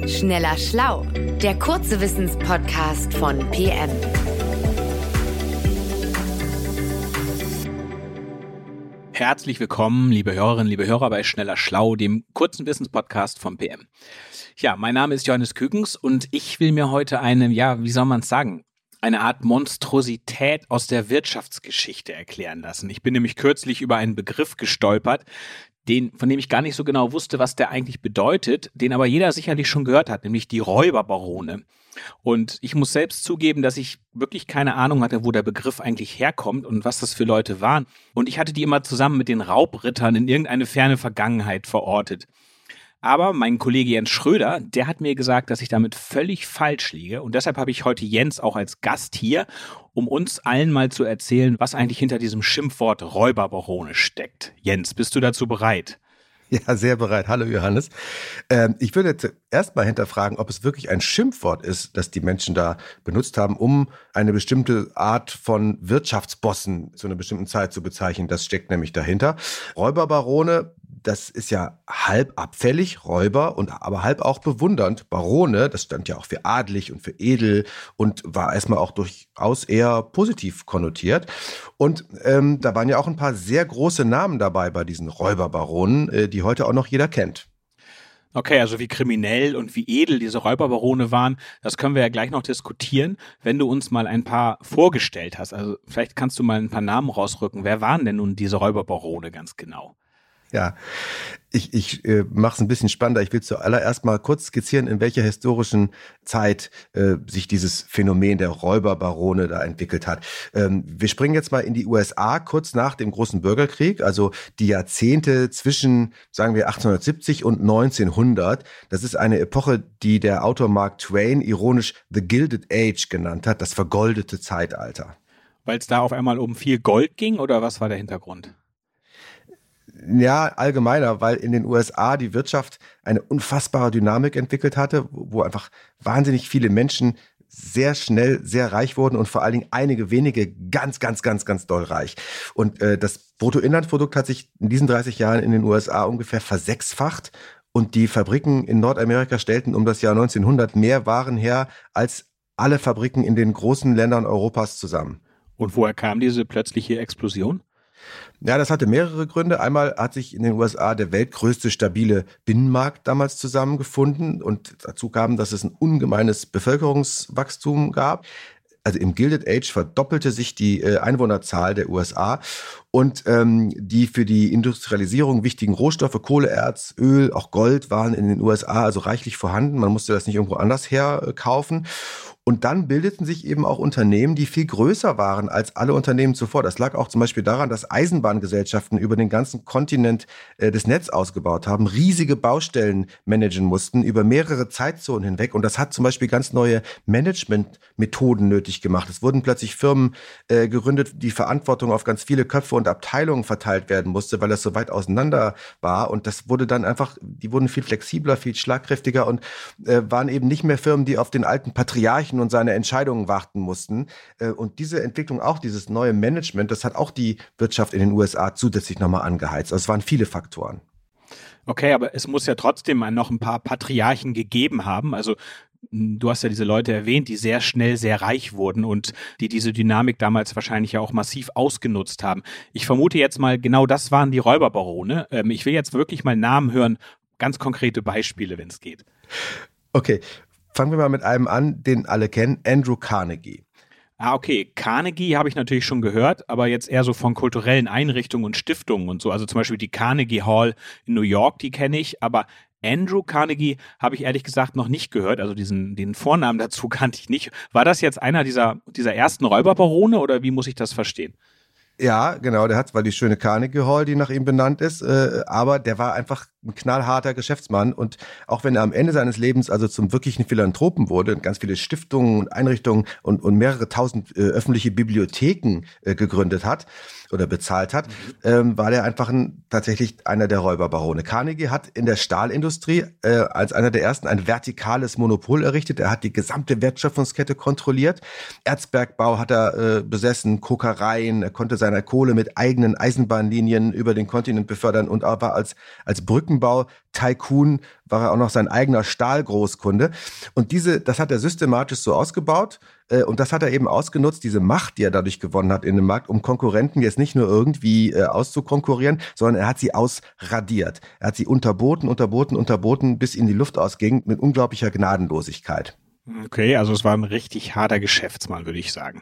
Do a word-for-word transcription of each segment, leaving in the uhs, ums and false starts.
Schneller Schlau, der kurze Wissenspodcast von P M. Herzlich willkommen, liebe Hörerinnen, liebe Hörer bei Schneller Schlau, dem kurzen Wissenspodcast von P M. Ja, mein Name ist Johannes Kükens und ich will mir heute eine, ja, wie soll man es sagen, eine Art Monstrosität aus der Wirtschaftsgeschichte erklären lassen. Ich bin nämlich kürzlich über einen Begriff gestolpert, den, von dem ich gar nicht so genau wusste, was der eigentlich bedeutet, den aber jeder sicherlich schon gehört hat, nämlich die Räuberbarone. Und ich muss selbst zugeben, dass ich wirklich keine Ahnung hatte, wo der Begriff eigentlich herkommt und was das für Leute waren. Und ich hatte die immer zusammen mit den Raubrittern in irgendeine ferne Vergangenheit verortet. Aber mein Kollege Jens Schröder, der hat mir gesagt, dass ich damit völlig falsch liege. Und deshalb habe ich heute Jens auch als Gast hier, um uns allen mal zu erzählen, was eigentlich hinter diesem Schimpfwort Räuberbarone steckt. Jens, bist du dazu bereit? Ja, sehr bereit. Hallo Johannes. Ähm, ich würde jetzt erst mal hinterfragen, ob es wirklich ein Schimpfwort ist, das die Menschen da benutzt haben, um eine bestimmte Art von Wirtschaftsbossen zu einer bestimmten Zeit zu bezeichnen. Das steckt nämlich dahinter. Räuberbarone, das ist ja halb abfällig, Räuber, und aber halb auch bewundernd. Barone, das stand ja auch für adlig und für edel und war erstmal auch durchaus eher positiv konnotiert. Und ähm, da waren ja auch ein paar sehr große Namen dabei bei diesen Räuberbaronen, äh, die heute auch noch jeder kennt. Okay, also wie kriminell und wie edel diese Räuberbarone waren, das können wir ja gleich noch diskutieren, wenn du uns mal ein paar vorgestellt hast. Also vielleicht kannst du mal ein paar Namen rausrücken. Wer waren denn nun diese Räuberbarone ganz genau? Ja, ich, ich äh, mache es ein bisschen spannender. Ich will zuallererst mal kurz skizzieren, in welcher historischen Zeit äh, sich dieses Phänomen der Räuberbarone da entwickelt hat. Ähm, wir springen jetzt mal in die U S A kurz nach dem großen Bürgerkrieg, also die Jahrzehnte zwischen, sagen wir, achtzehnhundertsiebzig und neunzehnhundert. Das ist eine Epoche, die der Autor Mark Twain ironisch The Gilded Age genannt hat, das vergoldete Zeitalter. Weil es da auf einmal um viel Gold ging, oder was war der Hintergrund? Ja, allgemeiner, weil in den U S A die Wirtschaft eine unfassbare Dynamik entwickelt hatte, wo einfach wahnsinnig viele Menschen sehr schnell sehr reich wurden und vor allen Dingen einige wenige ganz, ganz, ganz, ganz doll reich. Und äh, das Bruttoinlandsprodukt hat sich in diesen dreißig Jahren in den U S A ungefähr versechsfacht und die Fabriken in Nordamerika stellten um das Jahr neunzehnhundert mehr Waren her als alle Fabriken in den großen Ländern Europas zusammen. Und woher kam diese plötzliche Explosion? Ja, das hatte mehrere Gründe. Einmal hat sich in den U S A der weltgrößte stabile Binnenmarkt damals zusammengefunden und dazu kam, dass es ein ungemeines Bevölkerungswachstum gab. Also im Gilded Age verdoppelte sich die äh, Einwohnerzahl der U S A und ähm, die für die Industrialisierung wichtigen Rohstoffe, Kohle, Erz, Öl, auch Gold waren in den U S A also reichlich vorhanden. Man musste das nicht irgendwo anders herkaufen. Und dann bildeten sich eben auch Unternehmen, die viel größer waren als alle Unternehmen zuvor. Das lag auch zum Beispiel daran, dass Eisenbahngesellschaften über den ganzen Kontinent äh, das Netz ausgebaut haben, riesige Baustellen managen mussten über mehrere Zeitzonen hinweg. Und das hat zum Beispiel ganz neue Managementmethoden nötig gemacht. Es wurden plötzlich Firmen äh, gegründet, die Verantwortung auf ganz viele Köpfe und Abteilungen verteilt werden musste, weil das so weit auseinander war. Und das wurde dann einfach, die wurden viel flexibler, viel schlagkräftiger und äh, waren eben nicht mehr Firmen, die auf den alten Patriarchen und seine Entscheidungen warten mussten. Und diese Entwicklung, auch dieses neue Management, das hat auch die Wirtschaft in den U S A zusätzlich nochmal angeheizt. Also es waren viele Faktoren. Okay, aber es muss ja trotzdem noch ein paar Patriarchen gegeben haben. Also du hast ja diese Leute erwähnt, die sehr schnell sehr reich wurden und die diese Dynamik damals wahrscheinlich ja auch massiv ausgenutzt haben. Ich vermute jetzt mal, genau das waren die Räuberbarone. Ich will jetzt wirklich mal Namen hören, ganz konkrete Beispiele, wenn es geht. Okay. Fangen wir mal mit einem an, den alle kennen, Andrew Carnegie. Ah, okay. Carnegie habe ich natürlich schon gehört, aber jetzt eher so von kulturellen Einrichtungen und Stiftungen und so. Also zum Beispiel die Carnegie Hall in New York, die kenne ich, aber Andrew Carnegie habe ich ehrlich gesagt noch nicht gehört. Also diesen den Vornamen dazu kannte ich nicht. War das jetzt einer dieser, dieser ersten Räuberbarone oder wie muss ich das verstehen? Ja, genau, der hat zwar die schöne Carnegie Hall, die nach ihm benannt ist, äh, aber der war einfach ein knallharter Geschäftsmann und auch wenn er am Ende seines Lebens also zum wirklichen Philanthropen wurde und ganz viele Stiftungen und Einrichtungen und, und mehrere tausend äh, öffentliche Bibliotheken äh, gegründet hat, oder bezahlt hat, mhm. ähm, war der einfach ein, tatsächlich einer der Räuberbarone. Carnegie hat in der Stahlindustrie äh, als einer der ersten ein vertikales Monopol errichtet. Er hat die gesamte Wertschöpfungskette kontrolliert. Erzbergbau hat er äh, besessen, Kokereien, er konnte seine Kohle mit eigenen Eisenbahnlinien über den Kontinent befördern und war als, als Brückenbau-Tycoon war er auch noch sein eigener Stahlgroßkunde. Und diese, das hat er systematisch so ausgebaut. Äh, und das hat er eben ausgenutzt, diese Macht, die er dadurch gewonnen hat in dem Markt, um Konkurrenten jetzt nicht nur irgendwie äh, auszukonkurrieren, sondern er hat sie ausradiert. Er hat sie unterboten, unterboten, unterboten, bis in die Luft ausging, mit unglaublicher Gnadenlosigkeit. Okay, also es war ein richtig harter Geschäftsmann, würde ich sagen.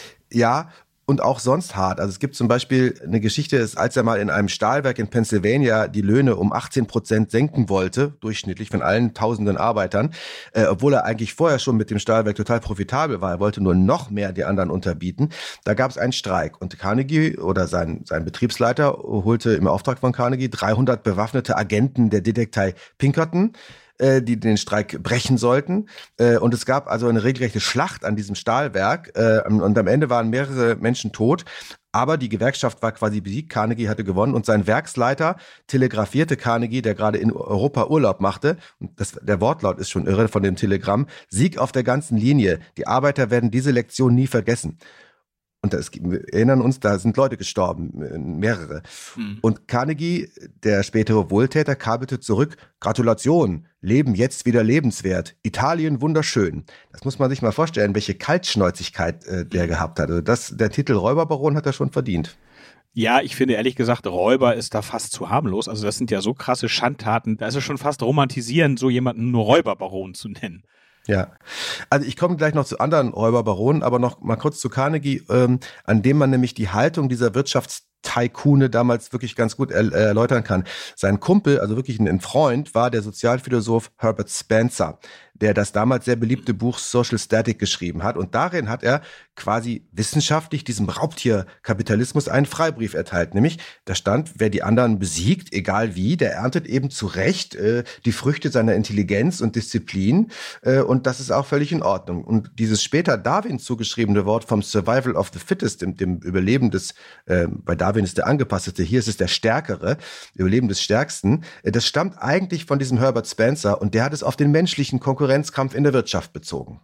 Ja, und auch sonst hart. Also es gibt zum Beispiel eine Geschichte, als er mal in einem Stahlwerk in Pennsylvania die Löhne um achtzehn Prozent senken wollte, durchschnittlich von allen tausenden Arbeitern, äh, obwohl er eigentlich vorher schon mit dem Stahlwerk total profitabel war. Er wollte nur noch mehr die anderen unterbieten. Da gab es einen Streik und Carnegie oder sein, sein Betriebsleiter holte im Auftrag von Carnegie dreihundert bewaffnete Agenten der Detektei Pinkerton, die den Streik brechen sollten. Und es gab also eine regelrechte Schlacht an diesem Stahlwerk. Und am Ende waren mehrere Menschen tot. Aber die Gewerkschaft war quasi besiegt. Carnegie hatte gewonnen. Und sein Werksleiter telegrafierte Carnegie, der gerade in Europa Urlaub machte. Und das, der Wortlaut ist schon irre von dem Telegramm. Sieg auf der ganzen Linie. Die Arbeiter werden diese Lektion nie vergessen. Und das, wir erinnern uns, da sind Leute gestorben, mehrere. Hm. Und Carnegie, der spätere Wohltäter, kabelte zurück: Gratulation, Leben jetzt wieder lebenswert, Italien wunderschön. Das muss man sich mal vorstellen, welche Kaltschnäuzigkeit äh, der gehabt hat. Also das, der Titel Räuberbaron hat er schon verdient. Ja, ich finde ehrlich gesagt, Räuber ist da fast zu harmlos. Also das sind ja so krasse Schandtaten, da ist es schon fast romantisierend, so jemanden nur Räuberbaron zu nennen. Ja, also ich komme gleich noch zu anderen Räuberbaronen, aber noch mal kurz zu Carnegie, ähm, an dem man nämlich die Haltung dieser Wirtschaftstycoone damals wirklich ganz gut er- erläutern kann. Sein Kumpel, also wirklich ein Freund, war der Sozialphilosoph Herbert Spencer, der das damals sehr beliebte Buch Social Static geschrieben hat. Und darin hat er quasi wissenschaftlich diesem Raubtierkapitalismus einen Freibrief erteilt. Nämlich, da stand, wer die anderen besiegt, egal wie, der erntet eben zu Recht äh, die Früchte seiner Intelligenz und Disziplin. Äh, und das ist auch völlig in Ordnung. Und dieses später Darwin zugeschriebene Wort vom Survival of the Fittest, dem, dem Überleben des, äh, bei Darwin ist der Angepasste, hier ist es der Stärkere, Überleben des Stärksten, äh, das stammt eigentlich von diesem Herbert Spencer und der hat es auf den menschlichen Konkurrenzkampf in der Wirtschaft bezogen.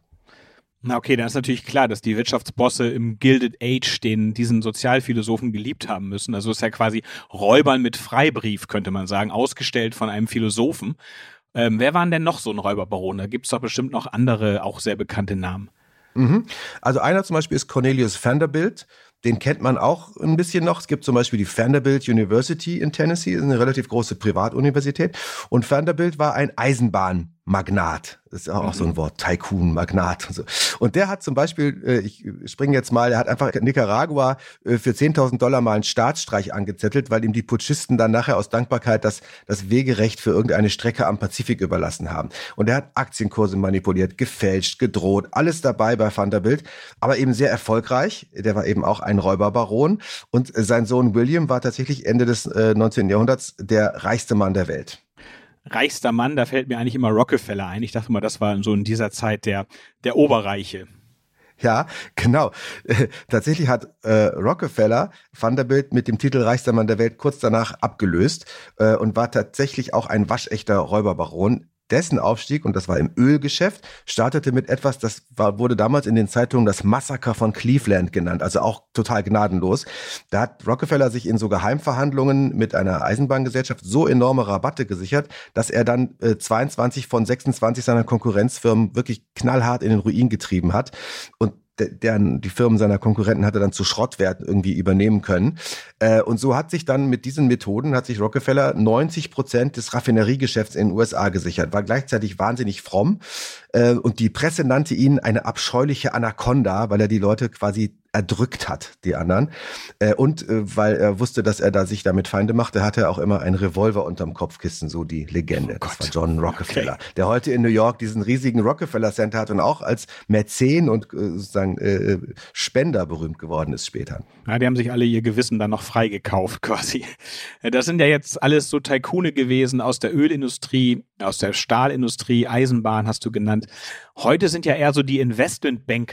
Na okay, dann ist natürlich klar, dass die Wirtschaftsbosse im Gilded Age den diesen Sozialphilosophen geliebt haben müssen. Also ist ja quasi Räubern mit Freibrief, könnte man sagen, ausgestellt von einem Philosophen. Ähm, wer waren denn noch so ein Räuberbaron? Da gibt es doch bestimmt noch andere, auch sehr bekannte Namen. Mhm. Also einer zum Beispiel ist Cornelius Vanderbilt. Den kennt man auch ein bisschen noch. Es gibt zum Beispiel die Vanderbilt University in Tennessee, das ist eine relativ große Privatuniversität. Und Vanderbilt war ein Eisenbahnmagnat. Das ist auch mhm. so ein Wort, Tycoon, Magnat. Und, so. Und der hat zum Beispiel, ich springe jetzt mal, der hat einfach Nicaragua für zehntausend Dollar mal einen Staatsstreich angezettelt, weil ihm die Putschisten dann nachher aus Dankbarkeit das, das Wegerecht für irgendeine Strecke am Pazifik überlassen haben. Und er hat Aktienkurse manipuliert, gefälscht, gedroht, alles dabei bei Vanderbilt, aber eben sehr erfolgreich. Der war eben auch ein Räuberbaron und sein Sohn William war tatsächlich Ende des äh, neunzehnten Jahrhunderts der reichste Mann der Welt. Reichster Mann, da fällt mir eigentlich immer Rockefeller ein. Ich dachte mal, das war so in dieser Zeit der, der Oberreiche. Ja, genau. Äh, tatsächlich hat äh, Rockefeller Vanderbilt mit dem Titel reichster Mann der Welt kurz danach abgelöst äh, und war tatsächlich auch ein waschechter Räuberbaron. Dessen Aufstieg, und das war im Ölgeschäft, startete mit etwas, das war, wurde damals in den Zeitungen das Massaker von Cleveland genannt, also auch total gnadenlos. Da hat Rockefeller sich in so Geheimverhandlungen mit einer Eisenbahngesellschaft so enorme Rabatte gesichert, dass er dann äh, zweiundzwanzig von sechsundzwanzig seiner Konkurrenzfirmen wirklich knallhart in den Ruin getrieben hat. Und deren die Firmen seiner Konkurrenten hatte dann zu Schrottwerten irgendwie übernehmen können. Äh, und so hat sich dann mit diesen Methoden, hat sich Rockefeller neunzig Prozent des Raffineriegeschäfts in den U S A gesichert, war gleichzeitig wahnsinnig fromm. Äh, und die Presse nannte ihn eine abscheuliche Anaconda, weil er die Leute quasi erdrückt hat, die anderen. Äh, und äh, weil er wusste, dass er da sich damit Feinde machte, hatte er auch immer einen Revolver unterm Kopfkissen, so die Legende. Oh das war John Rockefeller, okay. Der heute in New York diesen riesigen Rockefeller Center hat und auch als Mäzen und äh, sozusagen äh, Spender berühmt geworden ist später. Ja, die haben sich alle ihr Gewissen dann noch freigekauft quasi. Das sind ja jetzt alles so Tycoone gewesen aus der Ölindustrie, aus der Stahlindustrie, Eisenbahn hast du genannt. Heute sind ja eher so die Investmentbanker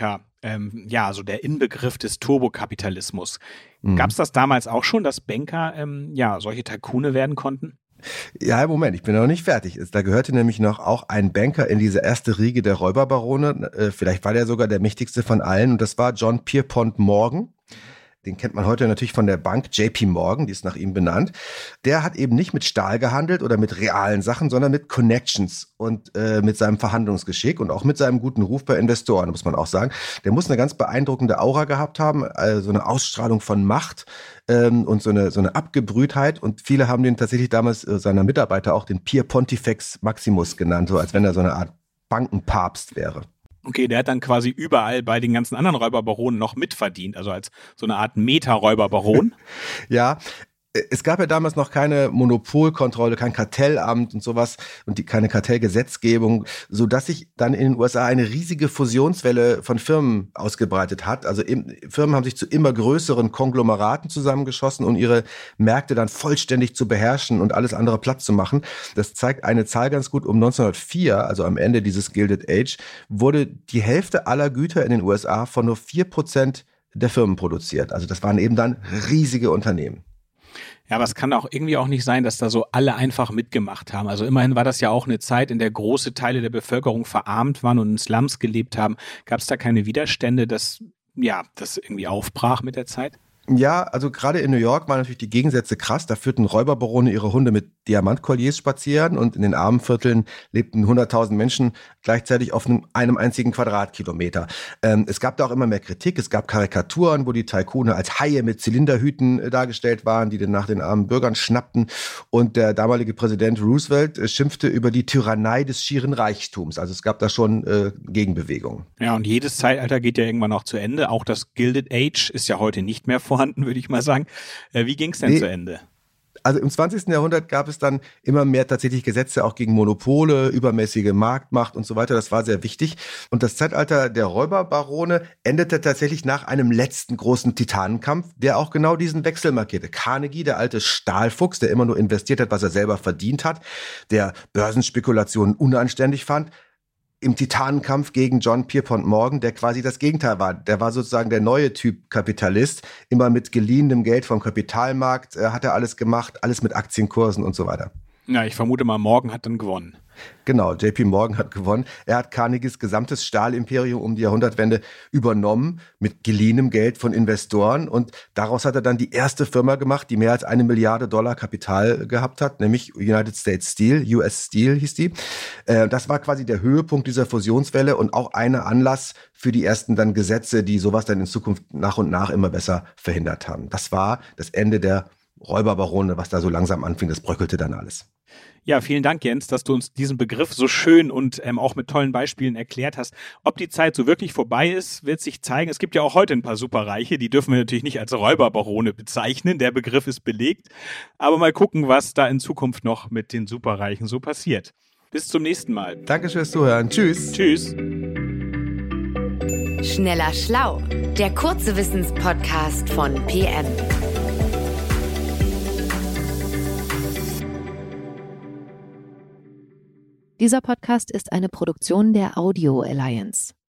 ähm, ja, so der Inbegriff des Turbokapitalismus. Mhm. Gab es das damals auch schon, dass Banker ähm, ja solche Tycoone werden konnten? Ja, Moment, ich bin noch nicht fertig. Da gehörte nämlich noch auch ein Banker in diese erste Riege der Räuberbarone. Vielleicht war der sogar der mächtigste von allen. Und das war John Pierpont Morgan. Den kennt man heute natürlich von der Bank J P Morgan, die ist nach ihm benannt. Der hat eben nicht mit Stahl gehandelt oder mit realen Sachen, sondern mit Connections und äh, mit seinem Verhandlungsgeschick und auch mit seinem guten Ruf bei Investoren, muss man auch sagen. Der muss eine ganz beeindruckende Aura gehabt haben, also so eine Ausstrahlung von Macht ähm, und so eine, so eine Abgebrühtheit. Und viele haben den tatsächlich damals, äh, seiner Mitarbeiter, auch den Pier Pontifex Maximus genannt, so als wenn er so eine Art Bankenpapst wäre. Okay, der hat dann quasi überall bei den ganzen anderen Räuberbaronen noch mitverdient, also als so eine Art Meta-Räuberbaron. Ja, es gab ja damals noch keine Monopolkontrolle, kein Kartellamt und sowas und die, keine Kartellgesetzgebung, so dass sich dann in den U S A eine riesige Fusionswelle von Firmen ausgebreitet hat. Also im, Firmen haben sich zu immer größeren Konglomeraten zusammengeschossen, um ihre Märkte dann vollständig zu beherrschen und alles andere platt zu machen. Das zeigt eine Zahl ganz gut. Um neunzehnhundertvier, also am Ende dieses Gilded Age, wurde die Hälfte aller Güter in den U S A von nur vier Prozent der Firmen produziert. Also das waren eben dann riesige Unternehmen. Ja, aber es kann auch irgendwie auch nicht sein, dass da so alle einfach mitgemacht haben. Also immerhin war das ja auch eine Zeit, in der große Teile der Bevölkerung verarmt waren und in Slums gelebt haben. Gab es da keine Widerstände, dass ja, das irgendwie aufbrach mit der Zeit? Ja, also gerade in New York waren natürlich die Gegensätze krass. Da führten Räuberbarone ihre Hunde mit Diamantkolliers spazieren und in den armen Vierteln lebten hunderttausend Menschen gleichzeitig auf einem, einem einzigen Quadratkilometer. Ähm, es gab da auch immer mehr Kritik. Es gab Karikaturen, wo die Tycoone als Haie mit Zylinderhüten äh, dargestellt waren, die dann nach den armen Bürgern schnappten. Und der damalige Präsident Roosevelt äh, schimpfte über die Tyrannei des schieren Reichtums. Also es gab da schon äh, Gegenbewegungen. Ja, und jedes Zeitalter geht ja irgendwann noch zu Ende. Auch das Gilded Age ist ja heute nicht mehr vorhanden, würde ich mal sagen. Äh, wie ging es denn nee. zu Ende? Also im zwanzigsten Jahrhundert gab es dann immer mehr tatsächlich Gesetze auch gegen Monopole, übermäßige Marktmacht und so weiter. Das war sehr wichtig. Und das Zeitalter der Räuberbarone endete tatsächlich nach einem letzten großen Titanenkampf, der auch genau diesen Wechsel markierte. Carnegie, der alte Stahlfuchs, der immer nur investiert hat, was er selber verdient hat, der Börsenspekulationen unanständig fand, im Titanenkampf gegen John Pierpont Morgan, der quasi das Gegenteil war. Der war sozusagen der neue Typ Kapitalist, immer mit geliehenem Geld vom Kapitalmarkt, äh, hat er alles gemacht, alles mit Aktienkursen und so weiter. Ja, ich vermute mal, Morgan hat dann gewonnen. Genau, J P Morgan hat gewonnen. Er hat Carnegies gesamtes Stahlimperium um die Jahrhundertwende übernommen mit geliehenem Geld von Investoren und daraus hat er dann die erste Firma gemacht, die mehr als eine Milliarde Dollar Kapital gehabt hat, nämlich United States Steel, U S Steel hieß die. Das war quasi der Höhepunkt dieser Fusionswelle und auch ein Anlass für die ersten dann Gesetze, die sowas dann in Zukunft nach und nach immer besser verhindert haben. Das war das Ende der Räuberbarone, was da so langsam anfing, das bröckelte dann alles. Ja, vielen Dank, Jens, dass du uns diesen Begriff so schön und ähm, auch mit tollen Beispielen erklärt hast. Ob die Zeit so wirklich vorbei ist, wird sich zeigen. Es gibt ja auch heute ein paar Superreiche, die dürfen wir natürlich nicht als Räuberbarone bezeichnen. Der Begriff ist belegt. Aber mal gucken, was da in Zukunft noch mit den Superreichen so passiert. Bis zum nächsten Mal. Danke fürs Zuhören. Tschüss. Tschüss. Schneller Schlau, der kurze Wissenspodcast von P M. Dieser Podcast ist eine Produktion der Audio Alliance.